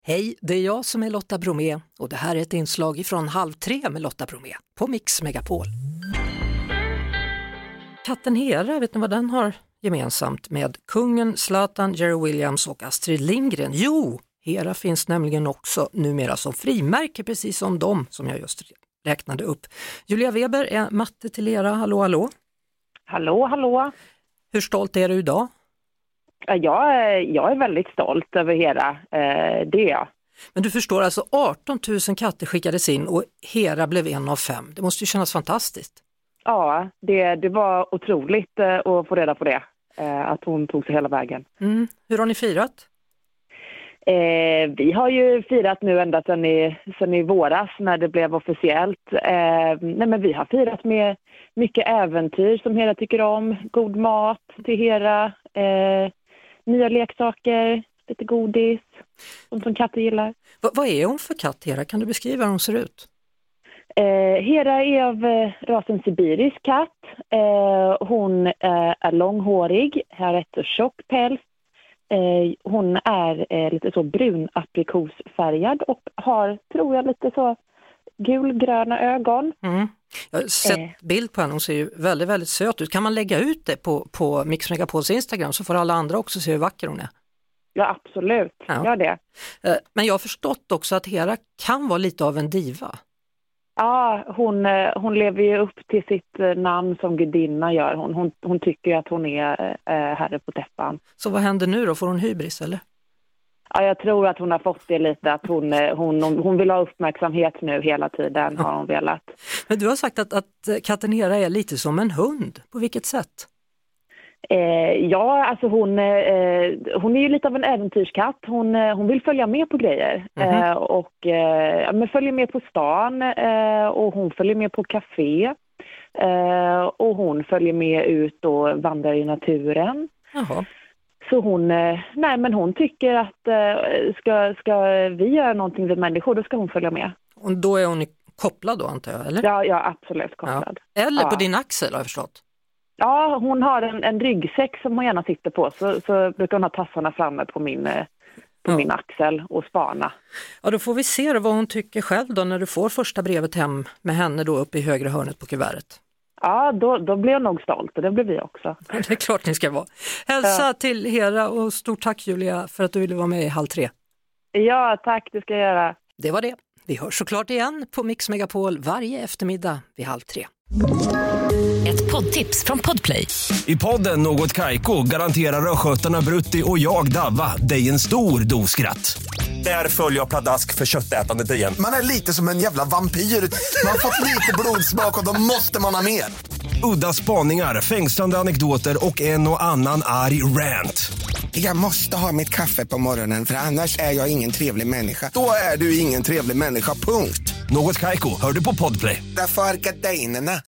Hej, det är jag som är Lotta Bromé och det här är ett inslag ifrån 2:30 med Lotta Bromé på Mix Megapol. Katten Hera, vet ni vad den har gemensamt med kungen Zlatan, Jerry Williams och Astrid Lindgren? Jo, Hera finns nämligen också numera som frimärke, precis som de som jag just räknade upp. Julia Weber är matte till Hera. Hallå, hallå. Hallå, hallå. Hur stolt är du idag? Jag är väldigt stolt över Hera, det är jag. Men du förstår, alltså 18 000 katter skickades in och Hera blev 1 av 5. Det måste ju kännas fantastiskt. Ja, det var otroligt att få reda på det, att hon tog sig hela vägen. Hur har ni firat? Vi har ju firat nu ända sedan i våras när det blev officiellt. Men vi har firat med mycket äventyr som Hera tycker om. God mat till Hera, nya leksaker, lite godis, som katter gillar. Vad är hon för katt, Hera? Kan du beskriva hur hon ser ut? Hera är av rasen sibirisk katt. Hon är långhårig, har rätt tjock päls. Hon är lite så brun aprikosfärgad och har, tror jag, lite så gulgröna ögon. Jag har sett bild på henne, hon ser ju väldigt, väldigt söt ut. Kan man lägga ut det på Mix Megapols Instagram så får alla andra också se hur vacker hon är? Ja, absolut. Ja. Gör det. Men jag har förstått också att Hera kan vara lite av en diva. Ja, hon lever ju upp till sitt namn som gudinna gör. Hon tycker att hon är herre på täppan. Så vad händer nu då? Får hon hybris eller? Ja, jag tror att hon har fått det lite, att hon vill ha uppmärksamhet nu hela tiden, har hon velat. Men du har sagt att katten Hera är lite som en hund. På vilket sätt? Ja, alltså hon är ju lite av en äventyrskatt. Hon vill följa med på grejer. Men följer med på stan och hon följer med på café. Och hon följer med ut och vandrar i naturen. Jaha. Så hon tycker att ska vi göra någonting vid människor, då ska hon följa med. Och då är hon kopplad då, antar jag, eller? Ja, absolut kopplad. Ja. Eller på din axel, har jag förstått. Ja, hon har en ryggsäck som hon gärna sitter på, så brukar hon ha tassarna framme på min axel och spana. Ja, då får vi se vad hon tycker själv då när du får första brevet hem med henne då uppe i högra hörnet på kuvertet. Ja, då blir jag nog stolt och det blir vi också. Det är klart ni ska vara. Hälsa till Hera och stort tack Julia för att du ville vara med i 2:30. Ja, tack, det ska jag göra. Det var det. Vi hörs såklart igen på Mix Megapol varje eftermiddag vid 2:30. Ett poddtips från Podplay. I podden Något Kaiko garanterar röskötarna Brutti och jag Davva dig en stor doskratt. Där följer jag pladask för köttätandet igen. Man är lite som en jävla vampyr. Man har fått lite blodsmak och då måste man ha mer. Udda spaningar, fängslande anekdoter och en och annan arg rant. Jag måste ha mitt kaffe på morgonen för annars är jag ingen trevlig människa. Då är du ingen trevlig människa, punkt. Något Kaiko, hör du på Podplay. Därför är gardinerna.